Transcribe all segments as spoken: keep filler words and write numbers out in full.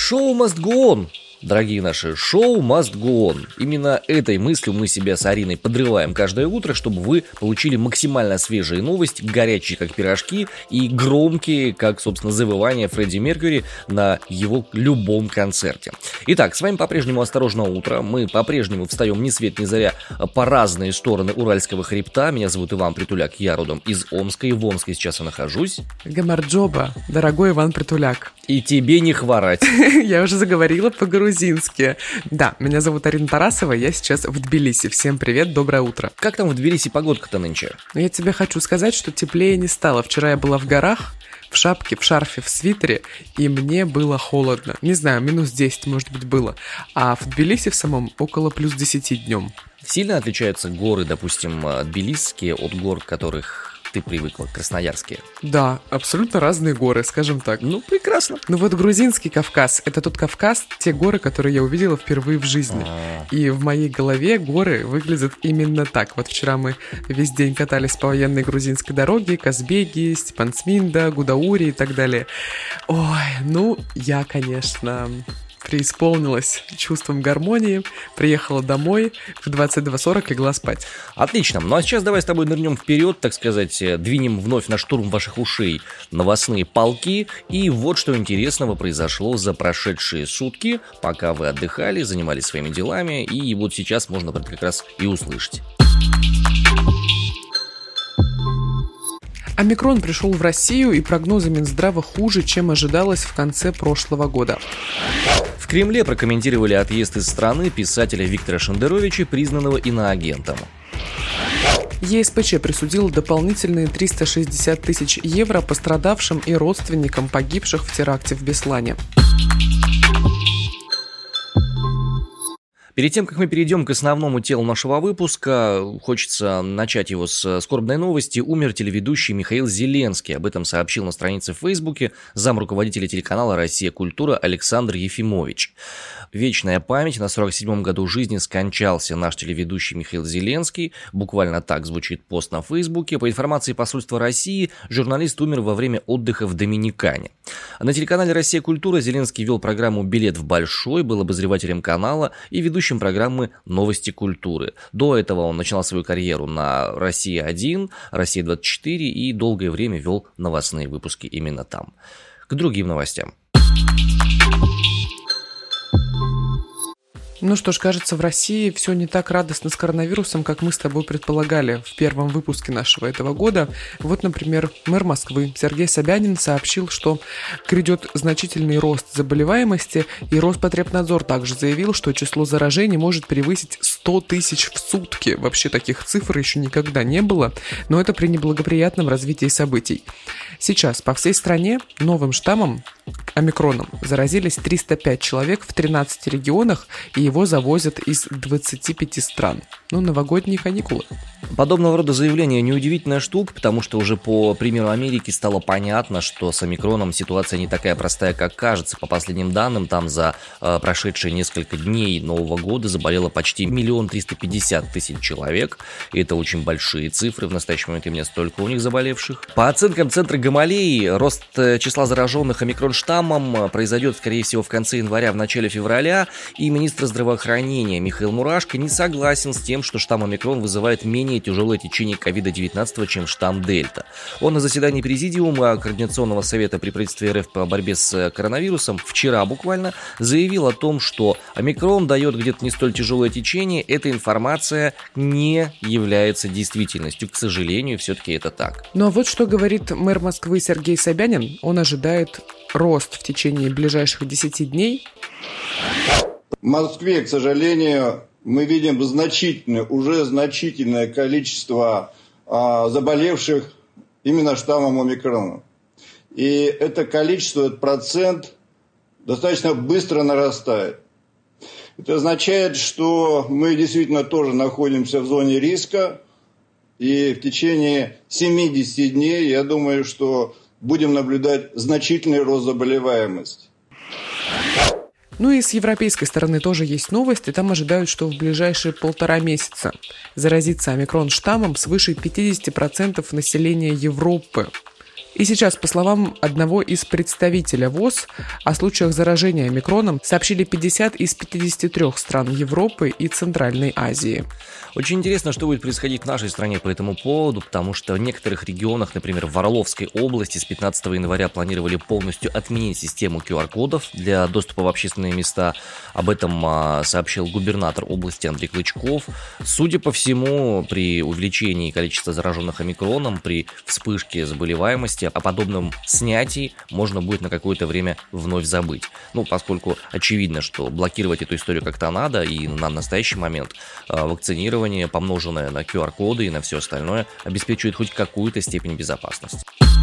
Шоу must go on. Дорогие наши, шоу must go on. Именно этой мыслью мы себя с Ариной подрываем каждое утро, чтобы вы получили максимально свежие новости, горячие как пирожки и громкие, как, собственно, завывание Фредди Меркьюри на его любом концерте. Итак, с вами по-прежнему «Осторожно, утро». Мы по-прежнему встаем ни свет ни заря по разные стороны Уральского хребта. Меня зовут Иван Притуляк, я родом из Омска, и в Омске сейчас я нахожусь. Гамарджоба, дорогой Иван Притуляк. И тебе не хворать. Я уже заговорила по-грузински. Да, меня зовут Арина Тарасова, я сейчас в Тбилиси. Всем привет, доброе утро. Как там в Тбилиси погодка-то нынче? Я тебе хочу сказать, что теплее не стало. Вчера я была в горах, в шапке, в шарфе, в свитере, и мне было холодно. Не знаю, минус десять, может быть, было. А в Тбилиси в самом около плюс десять днем. Сильно отличаются горы, допустим, тбилисские от гор, в которых ты привыкла, красноярские? Да, абсолютно разные горы, скажем так. Ну, прекрасно. Ну вот грузинский Кавказ, это тот Кавказ, те горы, которые я увидела впервые в жизни. А-а-а. И в моей голове горы выглядят именно так. Вот вчера мы весь день катались по военной грузинской дороге, Казбеги, Степансминда, Гудаури и так далее. Ой, ну, я, конечно... преисполнилась чувством гармонии, приехала домой, в двадцать два сорок легла спать. Отлично, ну а сейчас давай с тобой нырнем вперед, так сказать, двинем вновь на штурм ваших ушей новостные полки. И вот что интересного произошло за прошедшие сутки, пока вы отдыхали, занимались своими делами, и вот сейчас можно как раз и услышать. Омикрон пришел в Россию, и прогнозы Минздрава хуже, чем ожидалось в конце прошлого года. В Кремле прокомментировали отъезд из страны писателя Виктора Шендеровича, признанного иноагентом. ЕСПЧ присудил дополнительные триста шестьдесят тысяч евро пострадавшим и родственникам погибших в теракте в Беслане. Перед тем, как мы перейдем к основному телу нашего выпуска, хочется начать его с скорбной новости. Умер телеведущий Михаил Зеленский. Об этом сообщил на странице в Фейсбуке замруководителя телеканала «Россия. Культура» Александр Ефимович. Вечная память. На сорок седьмом году жизни скончался наш телеведущий Михаил Зеленский. Буквально так звучит пост на Фейсбуке. По информации посольства России, журналист умер во время отдыха в Доминикане. На телеканале «Россия. Культура» Зеленский вел программу «Билет в Большой», был обозревателем канала и ведущим программы «Новости культуры». До этого он начинал свою карьеру на «Россия один», «Россия двадцать четыре» и долгое время вел новостные выпуски именно там. К другим новостям. Ну что ж, кажется, в России все не так радостно с коронавирусом, как мы с тобой предполагали в первом выпуске нашего этого года. Вот, например, мэр Москвы Сергей Собянин сообщил, что грядет значительный рост заболеваемости, и Роспотребнадзор также заявил, что число заражений может превысить сто тысяч в сутки. Вообще таких цифр еще никогда не было, но это при неблагоприятном развитии событий. Сейчас по всей стране новым штаммом, омикроном, заразились триста пять человек в тринадцати регионах, и его завозят из двадцати пяти стран. Ну, новогодние каникулы. Подобного рода заявление неудивительная штука, потому что уже по примеру Америки стало понятно, что с омикроном ситуация не такая простая, как кажется. По последним данным, там за э, прошедшие несколько дней Нового года заболело почти миллион триста пятьдесят тысяч человек. И это очень большие цифры. В настоящий момент именно столько у них заболевших. По оценкам Центра Гамалеи, рост числа зараженных омикрон-штаммом произойдет, скорее всего, в конце января, в начале февраля. И министр здравоохранения Михаил Мурашко не согласен с тем, что штамм омикрон вызывает менее тяжелое течение ковид девятнадцать, чем штамм дельта. Он на заседании Президиума Координационного совета при правительстве РФ по борьбе с коронавирусом вчера буквально заявил о том, что омикрон дает где-то не столь тяжелое течение. Эта информация не является действительностью. К сожалению, все-таки это так. Ну а вот что говорит мэр Москвы Сергей Собянин. Он ожидает рост в течение ближайших десяти дней. В Москве, к сожалению, мы видим значительное, уже значительное количество а, заболевших именно штаммом омикрона. И это количество, этот процент достаточно быстро нарастает. Это означает, что мы действительно тоже находимся в зоне риска. И в течение семидесяти дней, я думаю, что будем наблюдать значительный рост заболеваемости. Ну и с европейской стороны тоже есть новости. Там ожидают, что в ближайшие полтора месяца заразится омикрон-штаммом свыше пятьдесят процентов населения Европы. И сейчас, по словам одного из представителей ВОЗ, о случаях заражения омикроном сообщили пятьдесят из пятидесяти трёх стран Европы и Центральной Азии. Очень интересно, что будет происходить в нашей стране по этому поводу, потому что в некоторых регионах, например, в Орловской области с пятнадцатого января планировали полностью отменить систему ку ар-кодов для доступа в общественные места. Об этом а, сообщил губернатор области Андрей Клычков. Судя по всему, при увеличении количества зараженных омикроном, при вспышке заболеваемости, о подобном снятии можно будет на какое-то время вновь забыть. Ну, поскольку очевидно, что блокировать эту историю как-то надо, и на настоящий момент а, вакцинирование, помноженное на ку ар-коды и на все остальное, обеспечивает хоть какую-то степень безопасности.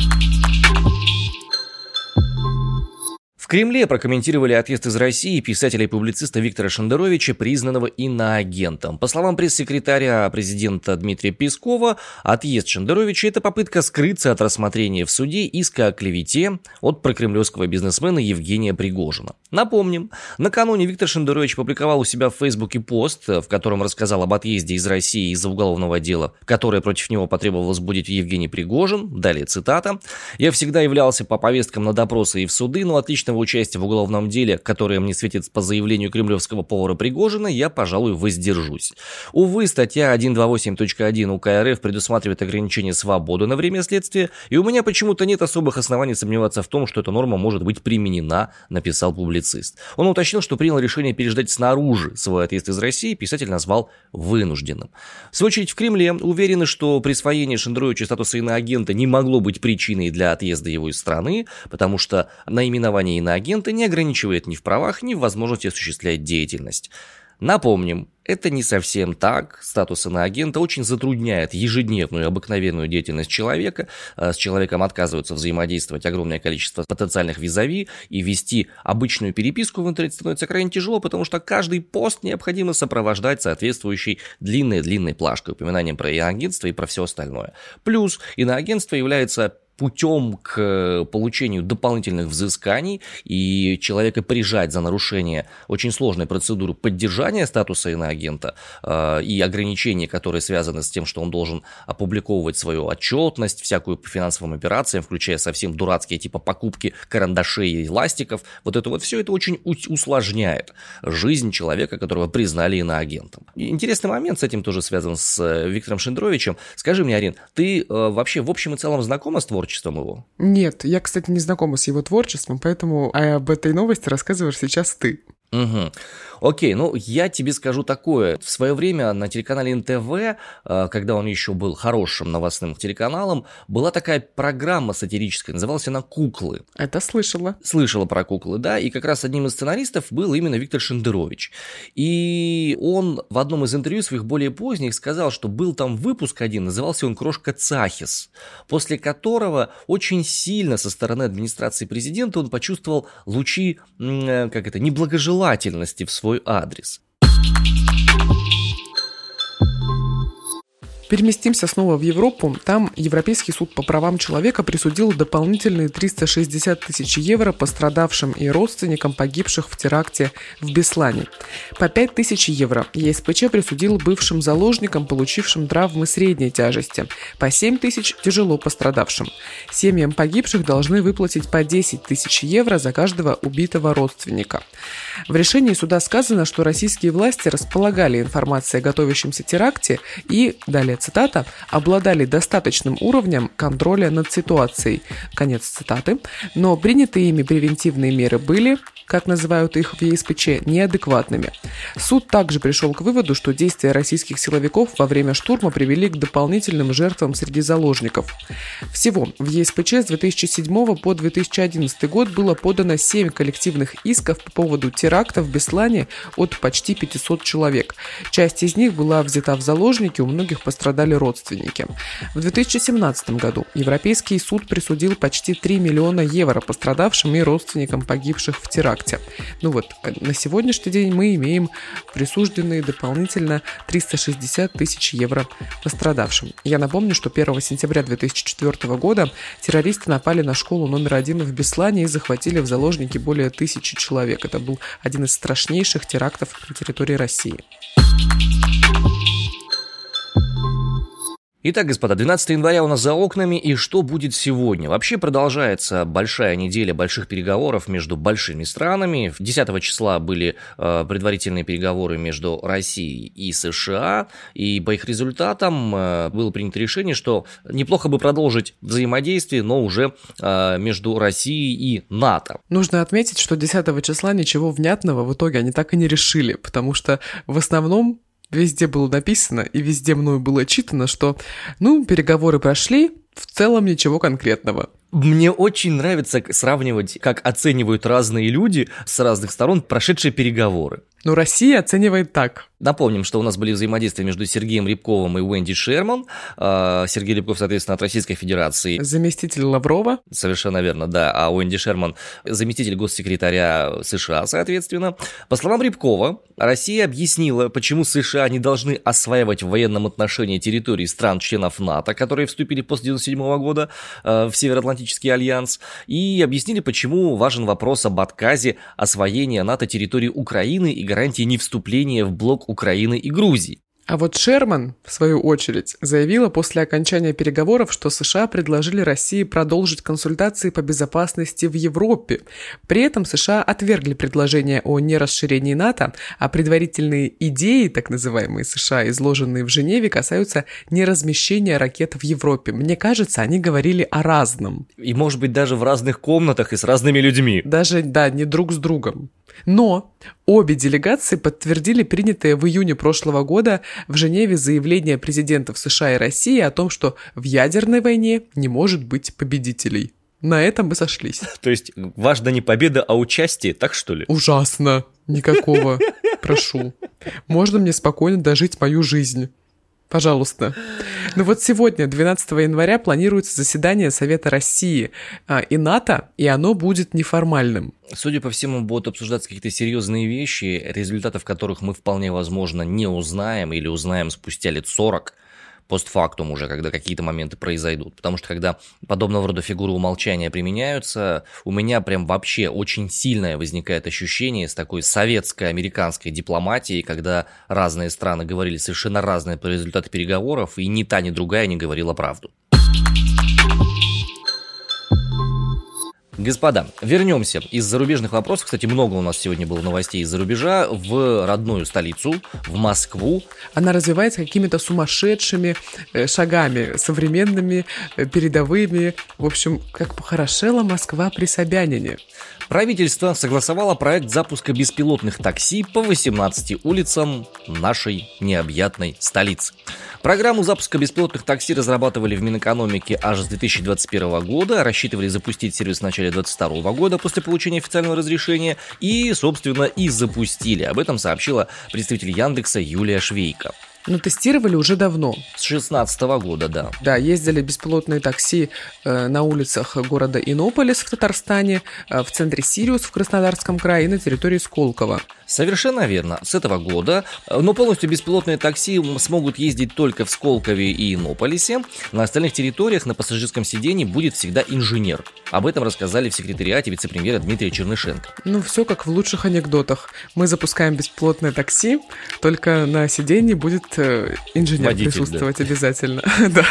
В Кремле прокомментировали отъезд из России писателя и публициста Виктора Шендеровича, признанного иноагентом. По словам пресс-секретаря президента Дмитрия Пескова, отъезд Шендеровича – это попытка скрыться от рассмотрения в суде иска о клевете от прокремлевского бизнесмена Евгения Пригожина. Напомним, накануне Виктор Шендерович публиковал у себя в Фейсбуке пост, в котором рассказал об отъезде из России из-за уголовного дела, которое против него потребовал возбудить Евгений Пригожин. Далее цитата. «Я всегда являлся по повесткам на допросы и в суды, но отличного участия в уголовном деле, которое мне светит по заявлению кремлевского повара Пригожина, я, пожалуй, воздержусь. Увы, статья сто двадцать восемь точка один УК РФ предусматривает ограничение свободы на время следствия, и у меня почему-то нет особых оснований сомневаться в том, что эта норма может быть применена», написал публицист. Он уточнил, что принял решение переждать снаружи свой отъезд из России, писатель назвал вынужденным. В свою очередь в Кремле уверены, что присвоение Шендеровичу статуса иноагента не могло быть причиной для отъезда его из страны, потому что наименование иноагента агента не ограничивает ни в правах, ни в возможности осуществлять деятельность. Напомним, это не совсем так. Статус иноагента очень затрудняет ежедневную обыкновенную деятельность человека. С человеком отказываются взаимодействовать огромное количество потенциальных визави, и вести обычную переписку в интернете становится крайне тяжело, потому что каждый пост необходимо сопровождать соответствующей длинной-длинной плашкой, упоминанием про иноагентство и про все остальное. Плюс иноагентство является путем к получению дополнительных взысканий, и человека прижать за нарушение очень сложной процедуры поддержания статуса иноагента э, и ограничения, которые связаны с тем, что он должен опубликовывать свою отчетность, всякую по финансовым операциям, включая совсем дурацкие типа покупки карандашей и ластиков. Вот это вот все это очень усложняет жизнь человека, которого признали иноагентом. И интересный момент с этим тоже связан с Виктором Шендеровичем. Скажи мне, Арин, ты э, вообще в общем и целом знакома с творчеством его? Нет, я, кстати, не знакома с его творчеством, поэтому об этой новости рассказываешь сейчас ты. Угу. Окей, ну я тебе скажу такое. В свое время на телеканале эн тэ вэ, когда он еще был хорошим новостным телеканалом, была такая программа сатирическая, называлась она «Куклы». Это слышала. Слышала про «Куклы», да, и как раз одним из сценаристов был именно Виктор Шендерович. И он в одном из интервью своих более поздних сказал, что был там выпуск один, назывался он «Крошка Цахис», после которого очень сильно со стороны администрации президента он почувствовал лучи, как это, неблагожелательности в свой адрес. Переместимся снова в Европу. Там Европейский суд по правам человека присудил дополнительные триста шестьдесят тысяч евро пострадавшим и родственникам погибших в теракте в Беслане. По пять тысяч евро е эс пэ че присудил бывшим заложникам, получившим травмы средней тяжести. По семь тысяч тяжело пострадавшим. Семьям погибших должны выплатить по десять тысяч евро за каждого убитого родственника. В решении суда сказано, что российские власти располагали информацией о готовящемся теракте и, далее цитата, обладали достаточным уровнем контроля над ситуацией. Конец цитаты. Но принятые ими превентивные меры были, как называют их в е эс пэ че, неадекватными. Суд также пришел к выводу, что действия российских силовиков во время штурма привели к дополнительным жертвам среди заложников. Всего в е эс пэ че с две тысячи седьмого по две тысячи одиннадцатый год было подано семь коллективных исков по поводу теракта в Беслане от почти пятисот человек. Часть из них была взята в заложники, у многих пострадали родственники. В две тысячи семнадцатом году Европейский суд присудил почти три миллиона евро пострадавшим и родственникам погибших в теракте. Ну вот, на сегодняшний день мы имеем присужденные дополнительно триста шестьдесят тысяч евро пострадавшим. Я напомню, что первого сентября две тысячи четвёртого года террористы напали на школу номер один в Беслане и захватили в заложники более тысячи человек. Это был один из страшнейших терактов на территории России. Итак, господа, двенадцатого января у нас за окнами, и что будет сегодня? Вообще продолжается большая неделя больших переговоров между большими странами. десятого числа были э, предварительные переговоры между Россией и США, и по их результатам э, было принято решение, что неплохо бы продолжить взаимодействие, но уже э, между Россией и НАТО. Нужно отметить, что десятого числа ничего внятного в итоге они так и не решили, потому что в основном везде было написано и везде мною было читано, что, ну, переговоры прошли, в целом ничего конкретного. Мне очень нравится сравнивать, как оценивают разные люди с разных сторон прошедшие переговоры. Но Россия оценивает так. Напомним, что у нас были взаимодействия между Сергеем Рябковым и Уэнди Шерман. Сергей Рябков, соответственно, от Российской Федерации. Заместитель Лаврова. Совершенно верно, да. А Уэнди Шерман заместитель госсекретаря США, соответственно. По словам Рябкова, Россия объяснила, почему США не должны осваивать в военном отношении территории стран-членов НАТО, которые вступили после девяносто седьмого года в Североатлантический альянс, и объяснили, почему важен вопрос об отказе освоения НАТО территории Украины и гарантии невступления в блок Украины и Грузии. А вот Шерман, в свою очередь, заявила после окончания переговоров, что США предложили России продолжить консультации по безопасности в Европе. При этом США отвергли предложение о нерасширении НАТО, а предварительные идеи, так называемые США, изложенные в Женеве, касаются неразмещения ракет в Европе. Мне кажется, они говорили о разном. И, может быть, даже в разных комнатах и с разными людьми. Даже, да, не друг с другом. Но обе делегации подтвердили принятое в июне прошлого года в Женеве заявление президентов США и России о том, что в ядерной войне не может быть победителей. На этом мы сошлись. То есть важна не победа, а участие, так что ли? Ужасно. Никакого. Прошу. Можно мне спокойно дожить мою жизнь? Пожалуйста. Ну вот сегодня, двенадцатого января, планируется заседание Совета России и НАТО, и оно будет неформальным. Судя по всему, будут обсуждаться какие-то серьезные вещи, результатов которых мы вполне возможно не узнаем или узнаем спустя лет сорок, постфактум уже, когда какие-то моменты произойдут. Потому что когда подобного рода фигуры умолчания применяются, у меня прям вообще очень сильное возникает ощущение с такой советской, американской дипломатией, когда разные страны говорили совершенно разные по результату переговоров, и ни та, ни другая не говорила правду. Господа, вернемся из зарубежных вопросов. Кстати, много у нас сегодня было новостей из-за рубежа. В родную столицу, в Москву. Она развивается какими-то сумасшедшими шагами, современными, передовыми. В общем, как похорошела Москва при Собянине. Правительство согласовало проект запуска беспилотных такси по восемнадцати улицам нашей необъятной столицы. Программу запуска беспилотных такси разрабатывали в Минэкономике аж с две тысячи двадцать первого года, рассчитывали запустить сервис в начале двадцать второго года после получения официального разрешения и, собственно, и запустили. Об этом сообщила представитель Яндекса Юлия Швейка. Но тестировали уже давно. С шестнадцатого года, да. Да, ездили беспилотные такси э, на улицах города Иннополис в Татарстане, э, в центре Сириус в Краснодарском крае и на территории Сколково. Совершенно верно. С этого года, но полностью беспилотные такси смогут ездить только в Сколкове и Иннополисе. На остальных территориях на пассажирском сидении будет всегда инженер. Об этом рассказали в секретариате вице-премьера Дмитрия Чернышенко. Ну, все как в лучших анекдотах. Мы запускаем беспилотное такси, только на сидении будет э, инженер Водитель, присутствовать, да. Обязательно.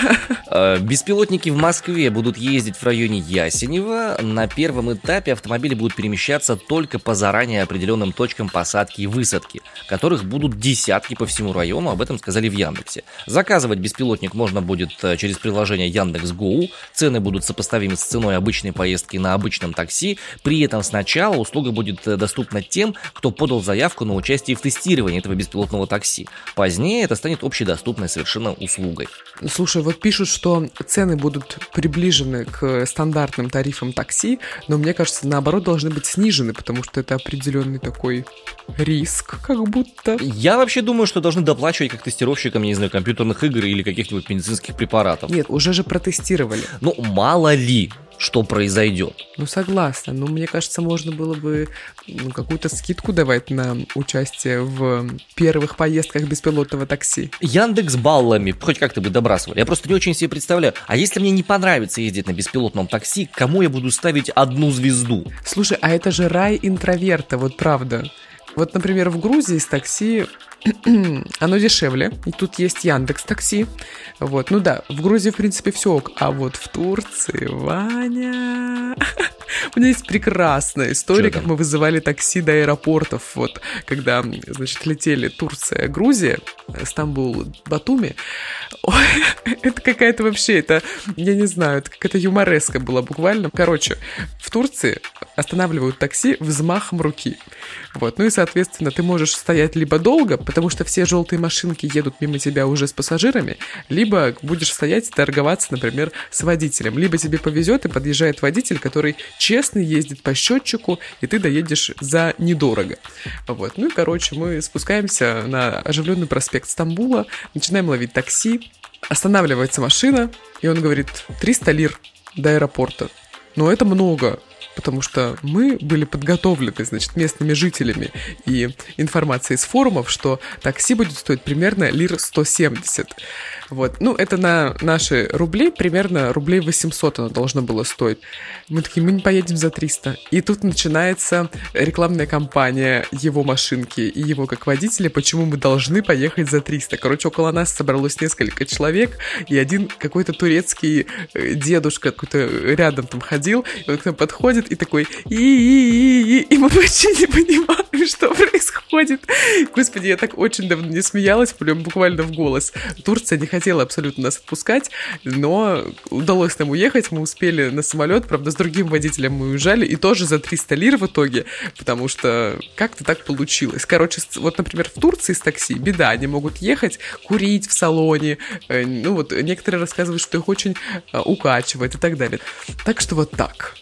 Да. Беспилотники в Москве будут ездить в районе Ясенева. На первом этапе автомобили будут перемещаться только по заранее определенным точкам посадки и высадки, которых будут десятки по всему району, об этом сказали в Яндексе. Заказывать беспилотник можно будет через приложение Яндекс.Гоу, цены будут сопоставимы с ценой обычной поездки на обычном такси, при этом сначала услуга будет доступна тем, кто подал заявку на участие в тестировании этого беспилотного такси. Позднее это станет общедоступной совершенно услугой. Слушай, вот пишут, что цены будут приближены к стандартным тарифам такси, но мне кажется, наоборот, должны быть снижены, потому что это определенный такой риск, как будто. Я вообще думаю, что должны доплачивать как тестировщикам, я не знаю, компьютерных игр или каких-нибудь медицинских препаратов. Нет, уже же протестировали. Ну, мало ли, что произойдет. Ну, согласна. Но мне кажется, можно было бы ну, какую-то скидку давать на участие в первых поездках беспилотного такси. Яндекс баллами хоть как-то бы добрасывали. Я просто не очень себе представляю. А если мне не понравится ездить на беспилотном такси, кому я буду ставить одну звезду? Слушай, а это же рай интроверта, вот правда. Вот, например, в Грузии с такси оно дешевле, и тут есть Яндекс.Такси. Вот, ну да, в Грузии, в принципе, все ок. А вот в Турции, Ваня... У меня есть прекрасная история, как мы вызывали такси до аэропортов. Вот, когда, значит, летели Турция, Грузия, Стамбул, Батуми. Ой, это какая-то вообще, это, я не знаю, это какая-то юмореска была буквально. Короче, в Турции останавливают такси взмахом руки. Вот, ну и, соответственно, ты можешь стоять либо долго, потому что все желтые машинки едут мимо тебя уже с пассажирами, либо будешь стоять и торговаться, например, с водителем. Либо тебе повезет, и подъезжает водитель, который честно ездит по счетчику, и ты доедешь за недорого. Вот, ну и, короче, мы спускаемся на оживленный проспект Стамбула, начинаем ловить такси, останавливается машина, и он говорит: триста лир до аэропорта. Но это много, потому что мы были подготовлены, значит, местными жителями и информацией из форумов, что такси будет стоить примерно лир сто семьдесят. Вот, ну, это на наши рубли, примерно рублей восемьсот оно должно было стоить. Мы такие: мы не поедем за триста. И тут начинается рекламная кампания его машинки и его как водителя, почему мы должны поехать за триста. Короче, около нас собралось несколько человек, и один какой-то турецкий дедушка какой-то рядом там ходил, и он к нам подходит и такой: и-и-и-и, и мы вообще не понимаем, что происходит. Господи, я так очень давно не смеялась, прям буквально в голос. Турция не хотела абсолютно нас отпускать, но удалось нам уехать, мы успели на самолет, правда, с другим водителем мы уезжали, и тоже за триста лир в итоге, потому что как-то так получилось. Короче, вот, например, в Турции с такси беда, они могут ехать, курить в салоне, ну вот, некоторые рассказывают, что их очень укачивает и так далее. Так что вот так.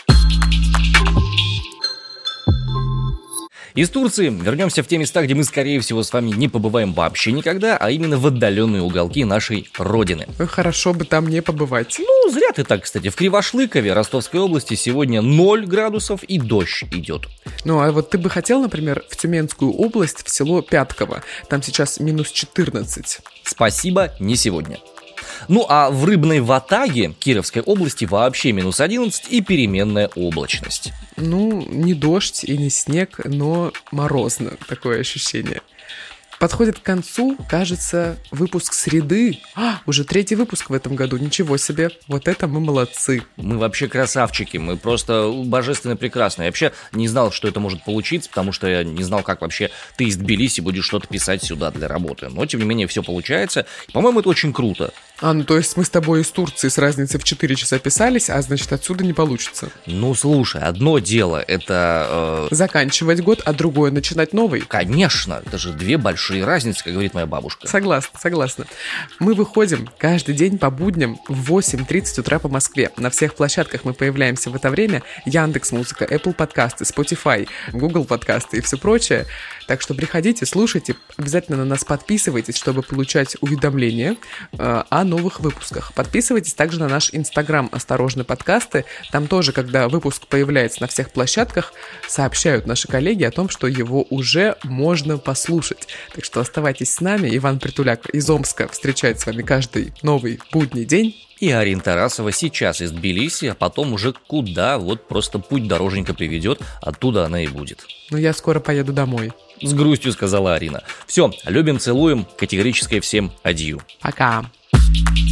Из Турции вернемся в те места, где мы, скорее всего, с вами не побываем вообще никогда, а именно в отдаленные уголки нашей родины. Хорошо бы там не побывать. Ну, зря ты так, кстати. В Кривошлыкове Ростовской области сегодня ноль градусов и дождь идет. Ну, а вот ты бы хотел, например, в Тюменскую область, в село Пятково. Там сейчас минус четырнадцать. Спасибо, не сегодня. Ну а в Рыбной Ватаге Кировской области вообще минус одиннадцать и переменная облачность. Ну, не дождь и не снег, но морозно, такое ощущение. Подходит к концу, кажется, выпуск «Среды». А, уже третий выпуск в этом году, ничего себе. Вот это мы молодцы. Мы вообще красавчики, мы просто божественно прекрасны. Я вообще не знал, что это может получиться, потому что я не знал, как вообще ты из Тбилиси будешь что-то писать сюда для работы. Но, тем не менее, все получается. По-моему, это очень круто. А, ну то есть мы с тобой из Турции с разницей в четыре часа писались, а значит отсюда не получится. Ну, слушай, одно дело это... Э... заканчивать год, а другое начинать новый. Конечно, это же две большие разницы, как говорит моя бабушка. Согласна, согласна. Мы выходим каждый день по будням в восемь тридцать утра по Москве. На всех площадках мы появляемся в это время. Яндекс.Музыка, Apple подкасты, Spotify, Google подкасты и все прочее. Так что приходите, слушайте, обязательно на нас подписывайтесь, чтобы получать уведомления э, о новых выпусках. Подписывайтесь также на наш Инстаграм «Осторожно, подкасты». Там тоже, когда выпуск появляется на всех площадках, сообщают наши коллеги о том, что его уже можно послушать. Так что оставайтесь с нами. Иван Притуляк из Омска встречает с вами каждый новый будний день. И Арина Тарасова сейчас из Тбилиси, а потом уже куда, вот просто путь дороженька приведет, оттуда она и будет. Ну, я скоро поеду домой. С грустью сказала Арина. Все, любим, целуем, категорическое всем адью. Пока.